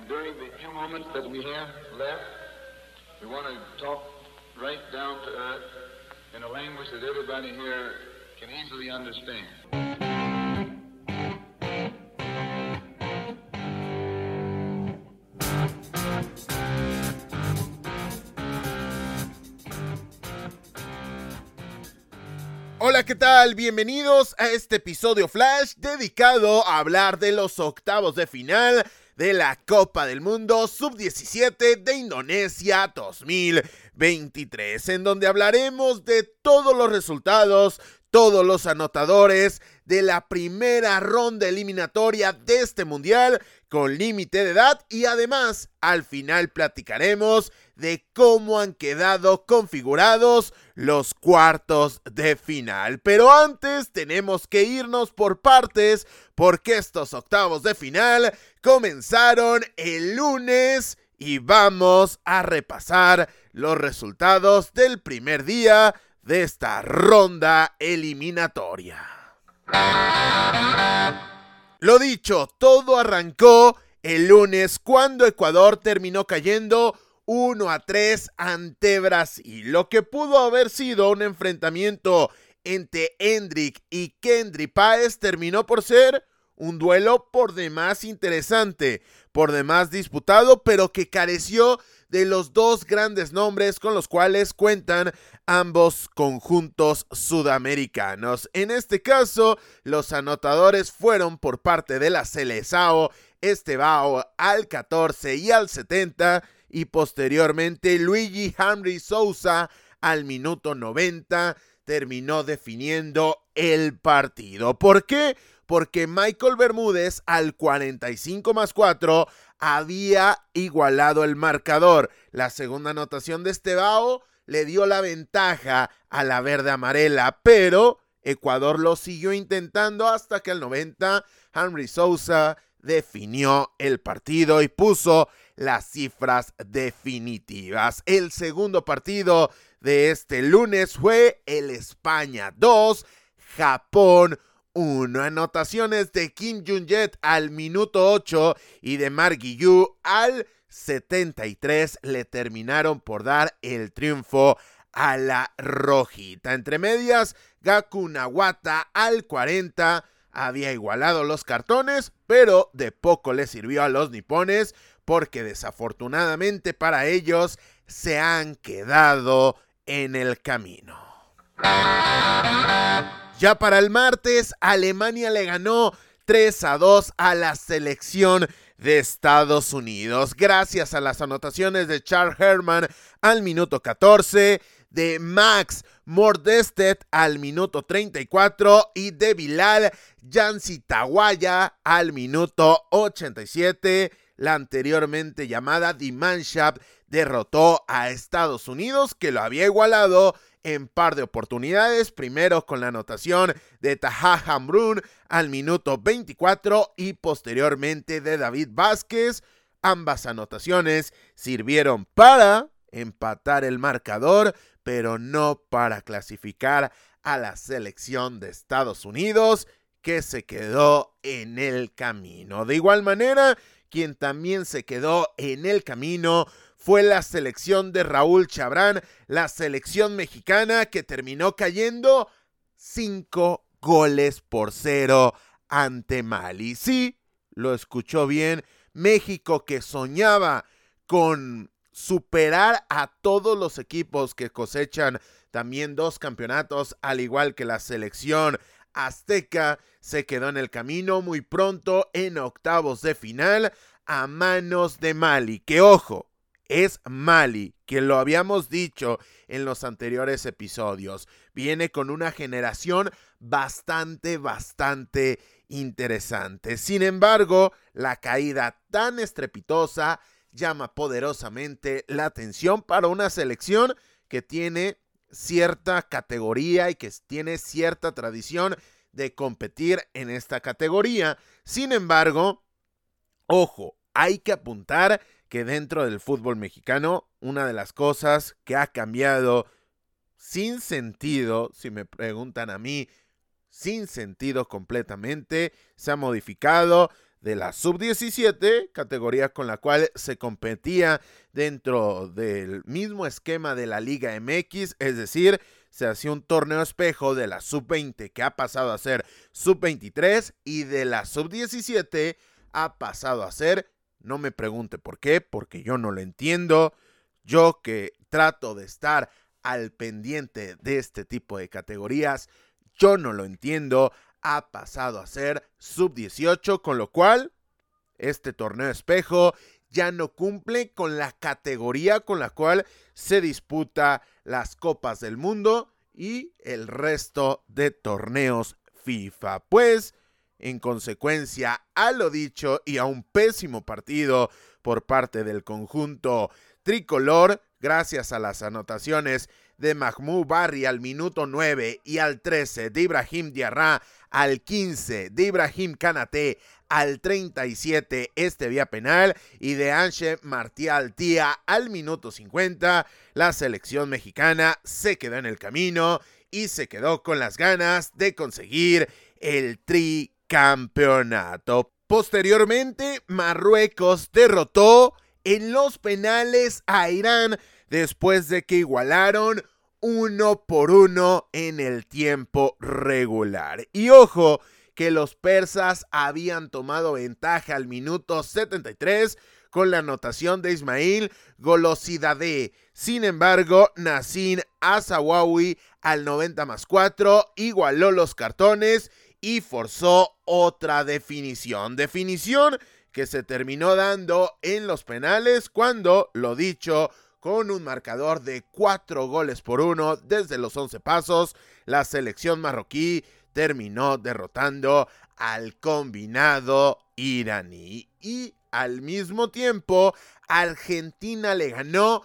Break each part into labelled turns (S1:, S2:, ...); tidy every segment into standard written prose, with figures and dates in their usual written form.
S1: during the few moments that we have left, we want to talk right down to earth in a language that everybody here can easily understand.
S2: Hola, ¿qué tal? Bienvenidos a este episodio Flash dedicado a hablar de los octavos de final de la Copa del Mundo Sub-17 de Indonesia 2023, en donde hablaremos de todos los resultados, todos los anotadores de la primera ronda eliminatoria de este mundial con límite de edad, y además al final platicaremos de cómo han quedado configurados los cuartos de final. Pero antes tenemos que irnos por partes, porque estos octavos de final comenzaron el lunes y vamos a repasar los resultados del primer día de esta ronda eliminatoria. Lo dicho, todo arrancó el lunes cuando Ecuador terminó cayendo 1-3 ante Brasil, lo que pudo haber sido un enfrentamiento entre Endrick y Kendry Páez terminó por ser un duelo por demás interesante, por demás disputado, pero que careció de los dos grandes nombres con los cuales cuentan ambos conjuntos sudamericanos. En este caso, los anotadores fueron por parte de la Seleção Estevão al 14 y al 70, y posteriormente Luigi Henry Sousa al minuto 90 terminó definiendo el partido. ¿Por qué? Porque Michael Bermúdez al 45+4 había igualado el marcador. La segunda anotación de Estevão le dio la ventaja a la verde amarela, pero Ecuador lo siguió intentando hasta que al 90 Henry Sousa definió el partido y puso las cifras definitivas. El segundo partido de este lunes fue el España 2, Japón 1. Anotaciones de Kim Jung-jae al minuto 8 y de Mark Guiu al 73 le terminaron por dar el triunfo a la rojita. Entre medias, Gaku Nawata al 40 había igualado los cartones, pero de poco le sirvió a los nipones porque desafortunadamente para ellos se han quedado en el camino. Ya para el martes, Alemania le ganó 3-2 a la selección de Estados Unidos, gracias a las anotaciones de Charles Herman al minuto 14, de Max Mordestedt al minuto 34 y de Bilal Jansitawaya al minuto 87. La anteriormente llamada Die Mannschaft derrotó a Estados Unidos, que lo había igualado en par de oportunidades, primero con la anotación de Taha Hamrun al minuto 24 y posteriormente de David Vázquez. Ambas anotaciones sirvieron para empatar el marcador, pero no para clasificar a la selección de Estados Unidos, que se quedó en el camino. De igual manera, quien también se quedó en el camino fue la selección de Raúl Chabrán, la selección mexicana, que terminó cayendo 5-0 ante Mali. Sí, lo escuchó bien, México, que soñaba con superar a todos los equipos que cosechan también 2 campeonatos, al igual que la selección azteca, se quedó en el camino muy pronto en octavos de final a manos de Mali, que ojo, es Mali, que lo habíamos dicho en los anteriores episodios, viene con una generación bastante interesante. Sin embargo, la caída tan estrepitosa llama poderosamente la atención para una selección que tiene cierta categoría y que tiene cierta tradición de competir en esta categoría. Sin embargo, ojo, hay que apuntar que dentro del fútbol mexicano, una de las cosas que ha cambiado sin sentido, si me preguntan a mí, sin sentido completamente, se ha modificado de la sub-17, categoría con la cual se competía dentro del mismo esquema de la Liga MX, es decir, se hacía un torneo espejo de la sub-20 que ha pasado a ser sub-23 y de la sub-17 ha pasado a ser, no me pregunte por qué, porque yo no lo entiendo, yo que trato de estar al pendiente de este tipo de categorías, yo no lo entiendo, ha pasado a ser sub-18, con lo cual este torneo espejo ya no cumple con la categoría con la cual se disputa las Copas del Mundo y el resto de torneos FIFA. Pues, en consecuencia a lo dicho y a un pésimo partido por parte del conjunto tricolor, gracias a las anotaciones de Mahmoud Barry al minuto 9 y al 13 de Ibrahim Diarra, al 15 de Ibrahim Kanate, al 37 vía penal y de Anche Martial Tía al minuto 50, la selección mexicana se quedó en el camino y se quedó con las ganas de conseguir el tricampeonato. Posteriormente, Marruecos derrotó en los penales a Irán después de que igualaron 1-1 en el tiempo regular. Y ojo, que los persas habían tomado ventaja al minuto 73 con la anotación de Ismail Golosidadeh. Sin embargo, Nassim Azawawi al 90+4 igualó los cartones y forzó otra definición. Definición que se terminó dando en los penales cuando, lo dicho, con un marcador de 4-1 desde los 11 pasos, la selección marroquí terminó derrotando al combinado iraní. Y al mismo tiempo, Argentina le ganó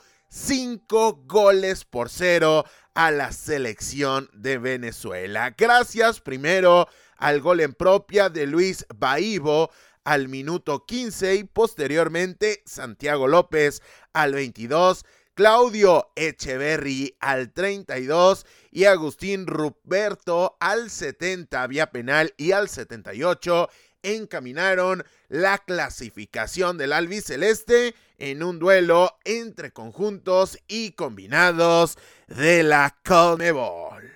S2: 5-0 a la selección de Venezuela. Gracias primero al gol en propia de Luis Baibo al minuto 15 y posteriormente Santiago López al 22, Claudio Echeverry al 32 y Agustín Ruperto al 70 vía penal y al 78 encaminaron la clasificación del albiceleste en un duelo entre conjuntos y combinados de la CONMEBOL.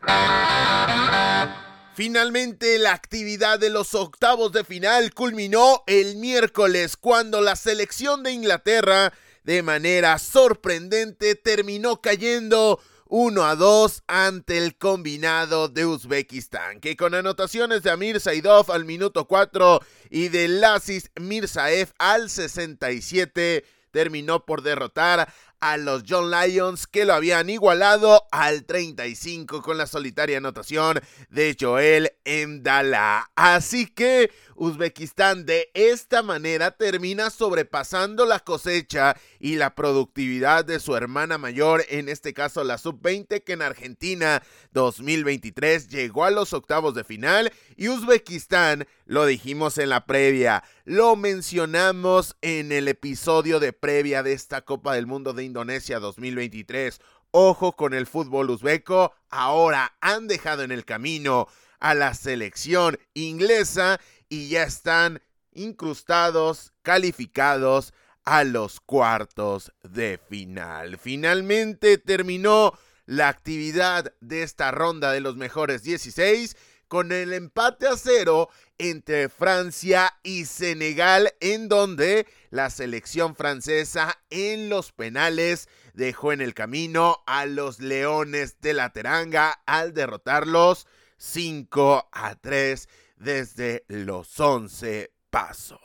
S2: Finalmente, la actividad de los octavos de final culminó el miércoles cuando la selección de Inglaterra, de manera sorprendente, terminó cayendo 1-2 ante el combinado de Uzbekistán, que con anotaciones de Amir Saidov al minuto 4 y de Laziz Mirzaev al 67, terminó por derrotar a los Young Lions, que lo habían igualado al 35 con la solitaria anotación de Joel Emdalá. Así que Uzbekistán de esta manera termina sobrepasando la cosecha y la productividad de su hermana mayor, en este caso la sub-20, que en Argentina 2023 llegó a los octavos de final, y Uzbekistán, lo dijimos en la previa, lo mencionamos en el episodio de previa de esta Copa del Mundo de Indonesia 2023. Ojo con el fútbol uzbeco, ahora han dejado en el camino a la selección inglesa y ya están incrustados, calificados a los cuartos de final. Finalmente terminó la actividad de esta ronda de los mejores 16 con el empate a 0 entre Francia y Senegal, en donde la selección francesa en los penales dejó en el camino a los Leones de la Teranga al derrotarlos 5-3 desde los 11 pasos.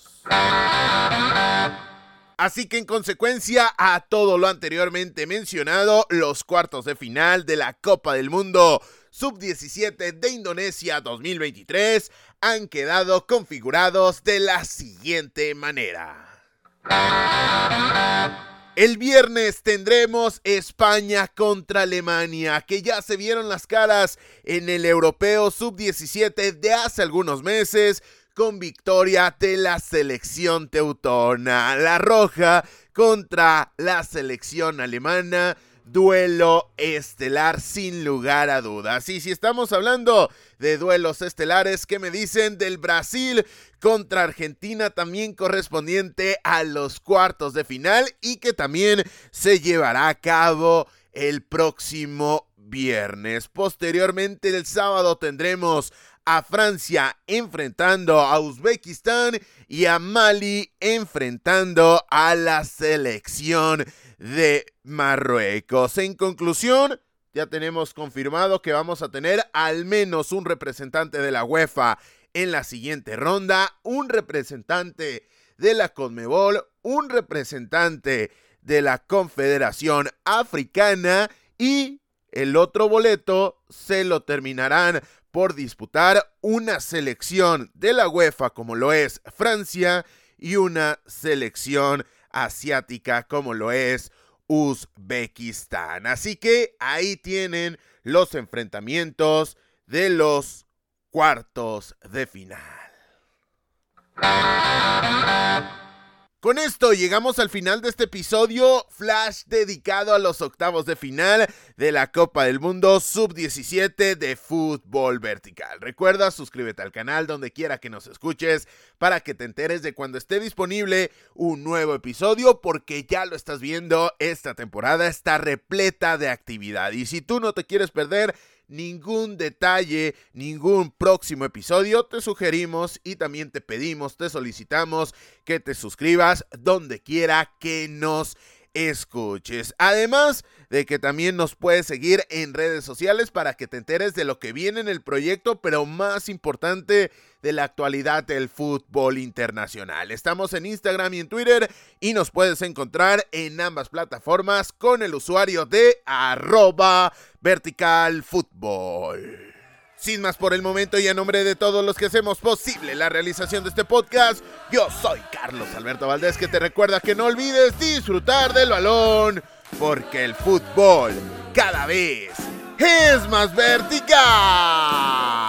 S2: Así que en consecuencia a todo lo anteriormente mencionado, los cuartos de final de la Copa del Mundo Sub-17 de Indonesia 2023 han quedado configurados de la siguiente manera. El viernes tendremos España contra Alemania, que ya se vieron las caras en el Europeo Sub-17 de hace algunos meses, con victoria de la selección teutona. La roja contra la selección alemana, duelo estelar sin lugar a dudas. Y si estamos hablando de duelos estelares, ¿qué me dicen del Brasil contra Argentina, también correspondiente a los cuartos de final y que también se llevará a cabo el próximo viernes? Posteriormente, el sábado tendremos a Francia enfrentando a Uzbekistán y a Mali enfrentando a la selección de Marruecos. En conclusión, ya tenemos confirmado que vamos a tener al menos un representante de la UEFA en la siguiente ronda, un representante de la CONMEBOL, un representante de la Confederación Africana y el otro boleto se lo terminarán por disputar una selección de la UEFA como lo es Francia y una selección asiática como lo es Uzbekistán. Así que ahí tienen los enfrentamientos de los cuartos de final. Con esto llegamos al final de este episodio flash dedicado a los octavos de final de la Copa del Mundo Sub-17 de fútbol vertical. Recuerda, suscríbete al canal donde quiera que nos escuches para que te enteres de cuando esté disponible un nuevo episodio, porque ya lo estás viendo, esta temporada está repleta de actividad y si tú no te quieres perder ningún detalle, ningún próximo episodio, te sugerimos y también te pedimos, te solicitamos que te suscribas donde quiera que nos escuches. Además de que también nos puedes seguir en redes sociales para que te enteres de lo que viene en el proyecto, pero más importante, de la actualidad del fútbol internacional. Estamos en Instagram y en Twitter y nos puedes encontrar en ambas plataformas con el usuario de @verticalfutbol. Sin más por el momento y a nombre de todos los que hacemos posible la realización de este podcast, yo soy Carlos Alberto Valdés, que te recuerda que no olvides disfrutar del balón, porque el fútbol cada vez es más vertical.